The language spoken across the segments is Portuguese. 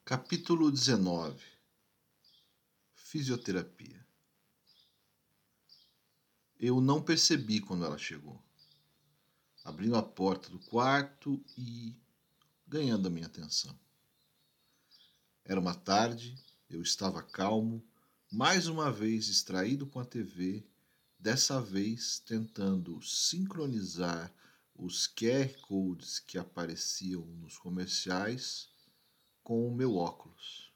Capítulo 19. Fisioterapia. Eu não percebi quando ela chegou, abrindo a porta do quarto e ganhando a minha atenção. Era uma tarde, eu estava calmo, mais uma vez distraído com a TV, dessa vez tentando sincronizar os QR Codes que apareciam nos comerciais com o meu óculos.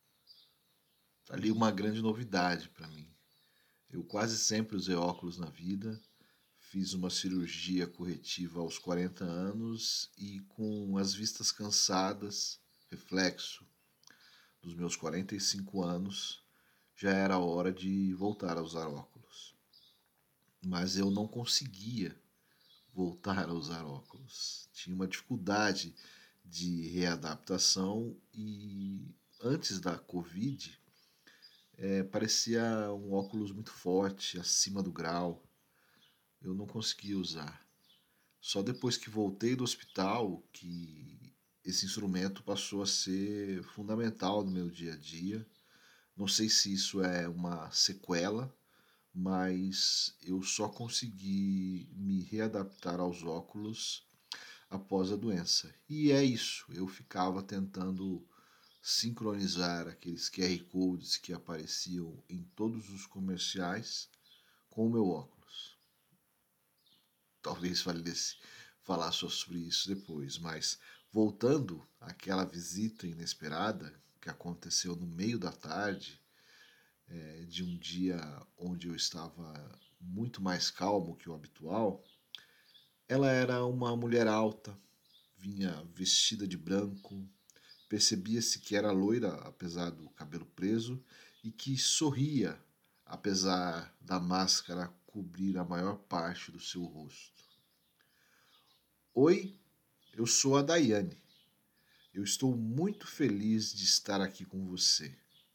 Ali uma grande novidade para mim. Eu quase sempre usei óculos na vida, fiz uma cirurgia corretiva aos 40 anos e com as vistas cansadas, reflexo dos meus 45 anos, já era hora de voltar a usar óculos. Mas eu não conseguia voltar a usar óculos. Tinha uma dificuldade de readaptação e antes da Covid, parecia um óculos muito forte, acima do grau. Eu não conseguia usar. Só depois que voltei do hospital que esse instrumento passou a ser fundamental no meu dia a dia. Não sei se isso é uma sequela, mas eu só consegui me readaptar aos óculos após a doença. E é isso, eu ficava tentando sincronizar aqueles QR Codes que apareciam em todos os comerciais com o meu óculos. Talvez valesse falar só sobre isso depois, mas voltando àquela visita inesperada que aconteceu no meio da tarde, de um dia onde eu estava muito mais calmo que o habitual, ela era uma mulher alta, vinha vestida de branco, percebia-se que era loira, apesar do cabelo preso, e que sorria, apesar da máscara cobrir a maior parte do seu rosto. Oi, eu sou a Daiane. Eu estou muito feliz de estar aqui com você.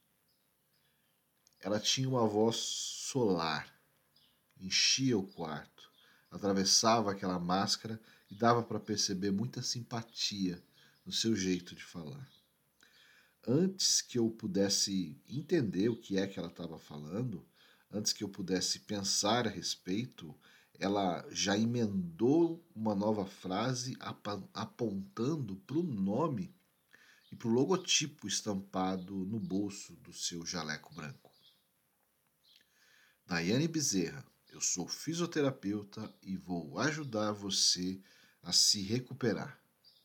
Ela tinha uma voz solar, enchia o quarto, atravessava aquela máscara e dava para perceber muita simpatia no seu jeito de falar. Antes que eu pudesse entender o que é que ela estava falando, antes que eu pudesse pensar a respeito, ela já emendou uma nova frase apontando para o nome e para o logotipo estampado no bolso do seu jaleco branco. Daiane Bezerra, eu sou fisioterapeuta e vou ajudar você a se recuperar.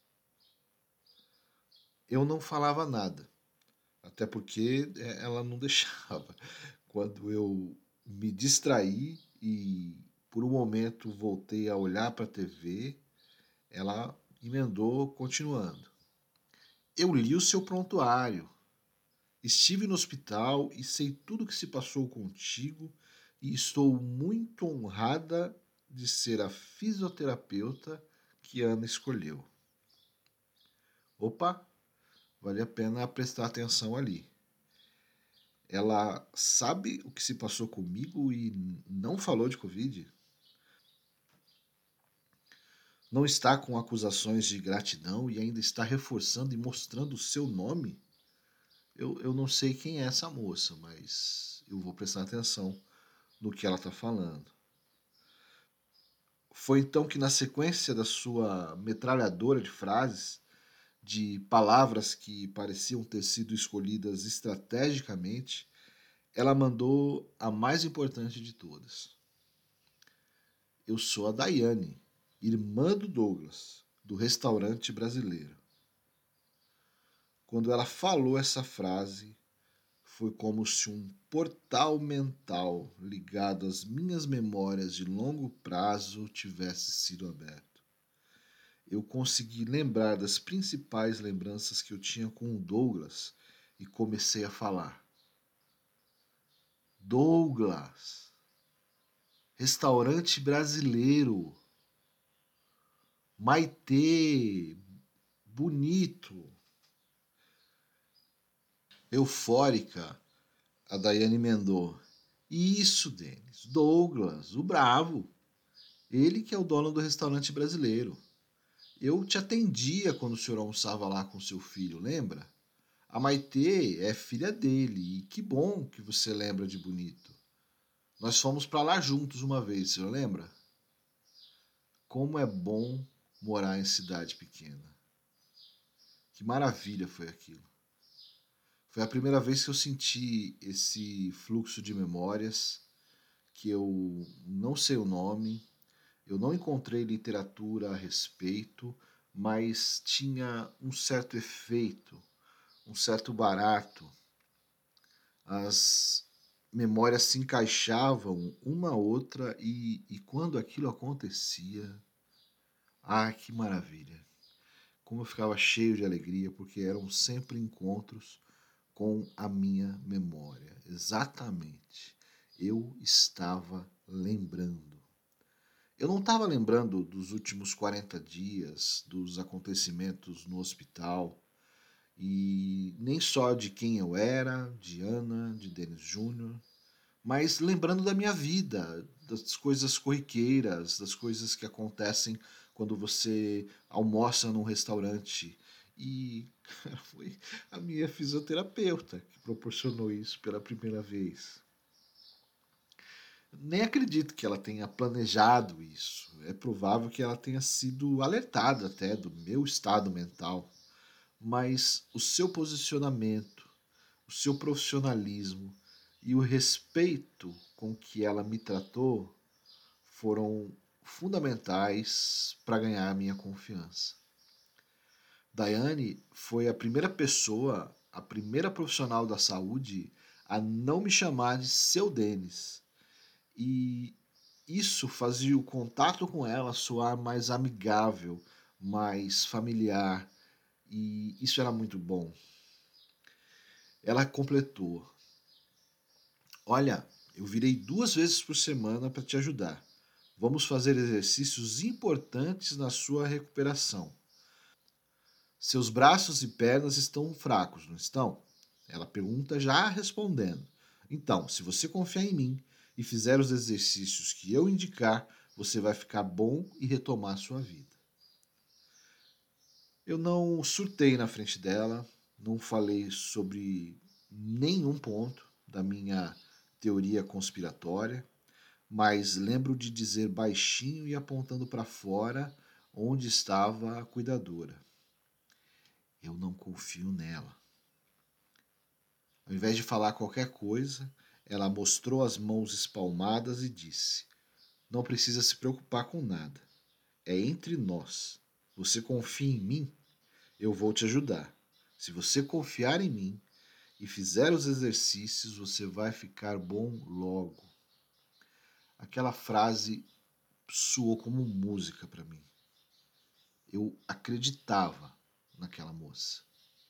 Eu não falava nada, até porque ela não deixava. Quando eu me distraí e por um momento voltei a olhar para a TV, ela emendou continuando. Eu li o seu prontuário. Estive no hospital e sei tudo o que se passou contigo e estou muito honrada de ser a fisioterapeuta que Ana escolheu. Opa, vale a pena prestar atenção ali. Ela sabe o que se passou comigo e não falou de Covid? Não está com acusações de gratidão e ainda está reforçando e mostrando o seu nome? Eu não sei quem é essa moça, mas eu vou prestar atenção no que ela está falando. Foi então que na sequência da sua metralhadora de frases, de palavras que pareciam ter sido escolhidas estrategicamente, ela mandou a mais importante de todas. Eu sou a Daiane, irmã do Douglas, do restaurante brasileiro. Quando ela falou essa frase, foi como se um portal mental ligado às minhas memórias de longo prazo tivesse sido aberto. Eu consegui lembrar das principais lembranças que eu tinha com o Douglas e comecei a falar. Douglas, restaurante brasileiro, Maitê, bonito. Eufórica, a Daiane emendou. Isso, Denis, Douglas, o bravo. Ele que é o dono do restaurante brasileiro. Eu te atendia quando o senhor almoçava lá com seu filho, lembra? A Maitê é filha dele, e que bom que você lembra de Bonito. Nós fomos para lá juntos uma vez, você lembra? Como é bom morar em cidade pequena. Que maravilha foi aquilo. Foi a primeira vez que eu senti esse fluxo de memórias, que eu não sei o nome, eu não encontrei literatura a respeito, mas tinha um certo efeito, um certo barato. As memórias se encaixavam uma a outra e quando aquilo acontecia, que maravilha! Como eu ficava cheio de alegria, porque eram sempre encontros com a minha memória. Exatamente. Eu estava lembrando. Eu não estava lembrando dos últimos 40 dias, dos acontecimentos no hospital, e nem só de quem eu era, de Ana, de Denis Júnior, mas lembrando da minha vida, das coisas corriqueiras, das coisas que acontecem quando você almoça num restaurante. E cara, foi a minha fisioterapeuta que proporcionou isso pela primeira vez. Nem acredito que ela tenha planejado isso. É provável que ela tenha sido alertada até do meu estado mental. Mas o seu posicionamento, o seu profissionalismo e o respeito com que ela me tratou foram fundamentais para ganhar a minha confiança. Daiane foi a primeira pessoa, a primeira profissional da saúde a não me chamar de seu Denis. E isso fazia o contato com ela soar mais amigável, mais familiar, e isso era muito bom. Ela completou: olha, eu virei 2 vezes por semana para te ajudar. Vamos fazer exercícios importantes na sua recuperação. Seus braços e pernas estão fracos, não estão? Ela pergunta já respondendo. Então, se você confiar em mim e fizer os exercícios que eu indicar, você vai ficar bom e retomar sua vida. Eu não surtei na frente dela, não falei sobre nenhum ponto da minha teoria conspiratória, mas lembro de dizer baixinho e apontando para fora onde estava a cuidadora: eu não confio nela. Ao invés de falar qualquer coisa, ela mostrou as mãos espalmadas e disse: não precisa se preocupar com nada. É entre nós. Você confia em mim? Eu vou te ajudar. Se você confiar em mim e fizer os exercícios, você vai ficar bom logo. Aquela frase soou como música para mim. Eu acreditava naquela moça.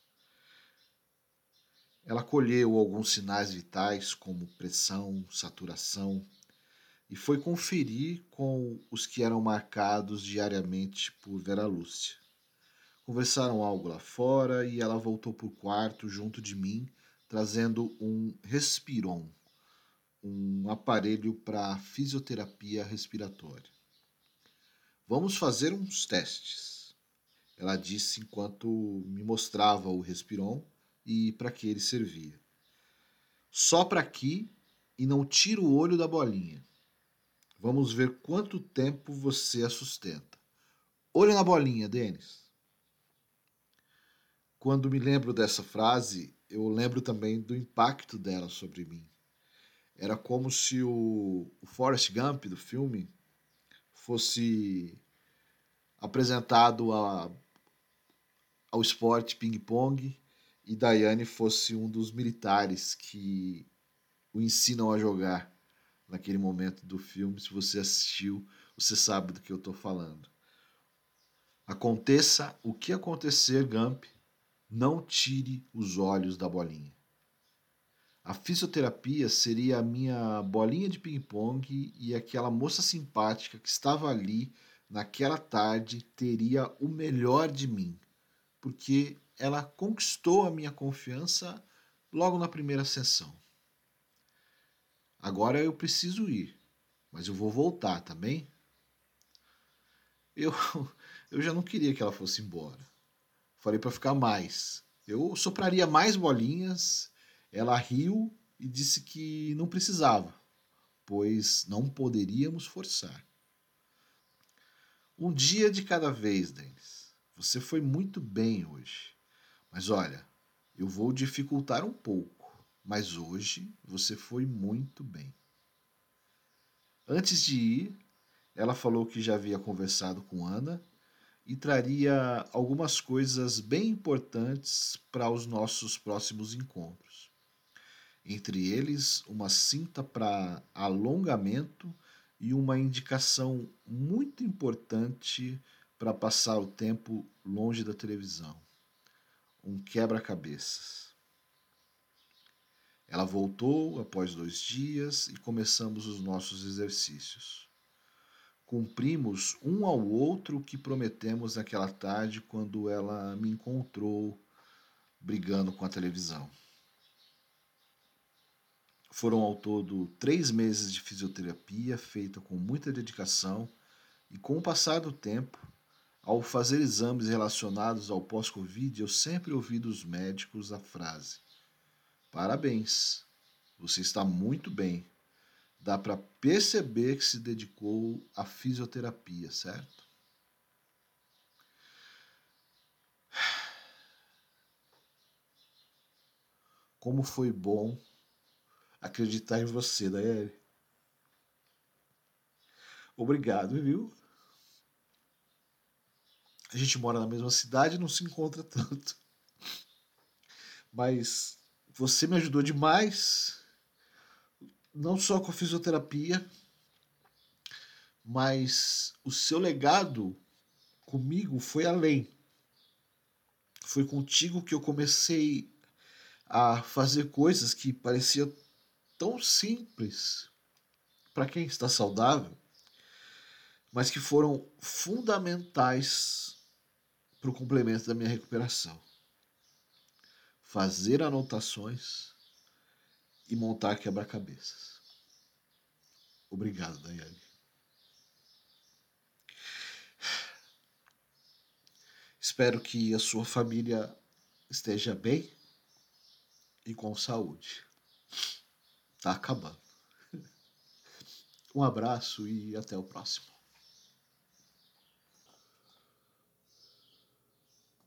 Ela colheu alguns sinais vitais, como pressão, saturação, e foi conferir com os que eram marcados diariamente por Vera Lúcia. Conversaram algo lá fora e ela voltou para o quarto junto de mim, trazendo um Respiron, um aparelho para fisioterapia respiratória. Vamos fazer uns testes, ela disse enquanto me mostrava o Respiron e para que ele servia. Sopra aqui e não tira o olho da bolinha. Vamos ver quanto tempo você a sustenta. Olho na bolinha, Denis. Quando me lembro dessa frase, eu lembro também do impacto dela sobre mim. Era como se o Forrest Gump do filme fosse apresentado ao esporte ping-pong e Daiane fosse um dos militares que o ensinam a jogar naquele momento do filme. Se você assistiu, você sabe do que eu estou falando. Aconteça o que acontecer, Gump, não tire os olhos da bolinha. A fisioterapia seria a minha bolinha de ping-pong e aquela moça simpática que estava ali naquela tarde teria o melhor de mim, porque ela conquistou a minha confiança logo na primeira sessão. Agora eu preciso ir, mas eu vou voltar, tá bem? Eu, eu já não queria que ela fosse embora. Falei para ficar mais. Eu sopraria mais bolinhas. Ela riu e disse que não precisava, pois não poderíamos forçar. Um dia de cada vez, Denis. Você foi muito bem hoje. Mas olha, eu vou dificultar um pouco. Mas hoje você foi muito bem. Antes de ir, ela falou que já havia conversado com Ana e traria algumas coisas bem importantes para os nossos próximos encontros. Entre eles, uma cinta para alongamento e uma indicação muito importante para passar o tempo longe da televisão. Um quebra-cabeças. Ela voltou após 2 dias e começamos os nossos exercícios. Cumprimos um ao outro o que prometemos naquela tarde quando ela me encontrou brigando com a televisão. Foram ao todo 3 meses de fisioterapia feita com muita dedicação e com o passar do tempo, ao fazer exames relacionados ao pós-Covid, eu sempre ouvi dos médicos a frase: parabéns, você está muito bem. Dá para perceber que se dedicou à fisioterapia, certo? Como foi bom acreditar em você, Daiane. Obrigado, viu? A gente mora na mesma cidade e não se encontra tanto. Mas você me ajudou demais, não só com a fisioterapia, mas o seu legado comigo foi além. Foi contigo que eu comecei a fazer coisas que pareciam tão simples para quem está saudável, mas que foram fundamentais para o complemento da minha recuperação. Fazer anotações e montar quebra-cabeças. Obrigado, Daiane. Espero que a sua família esteja bem e com saúde. Tá acabando. Um abraço e até o próximo.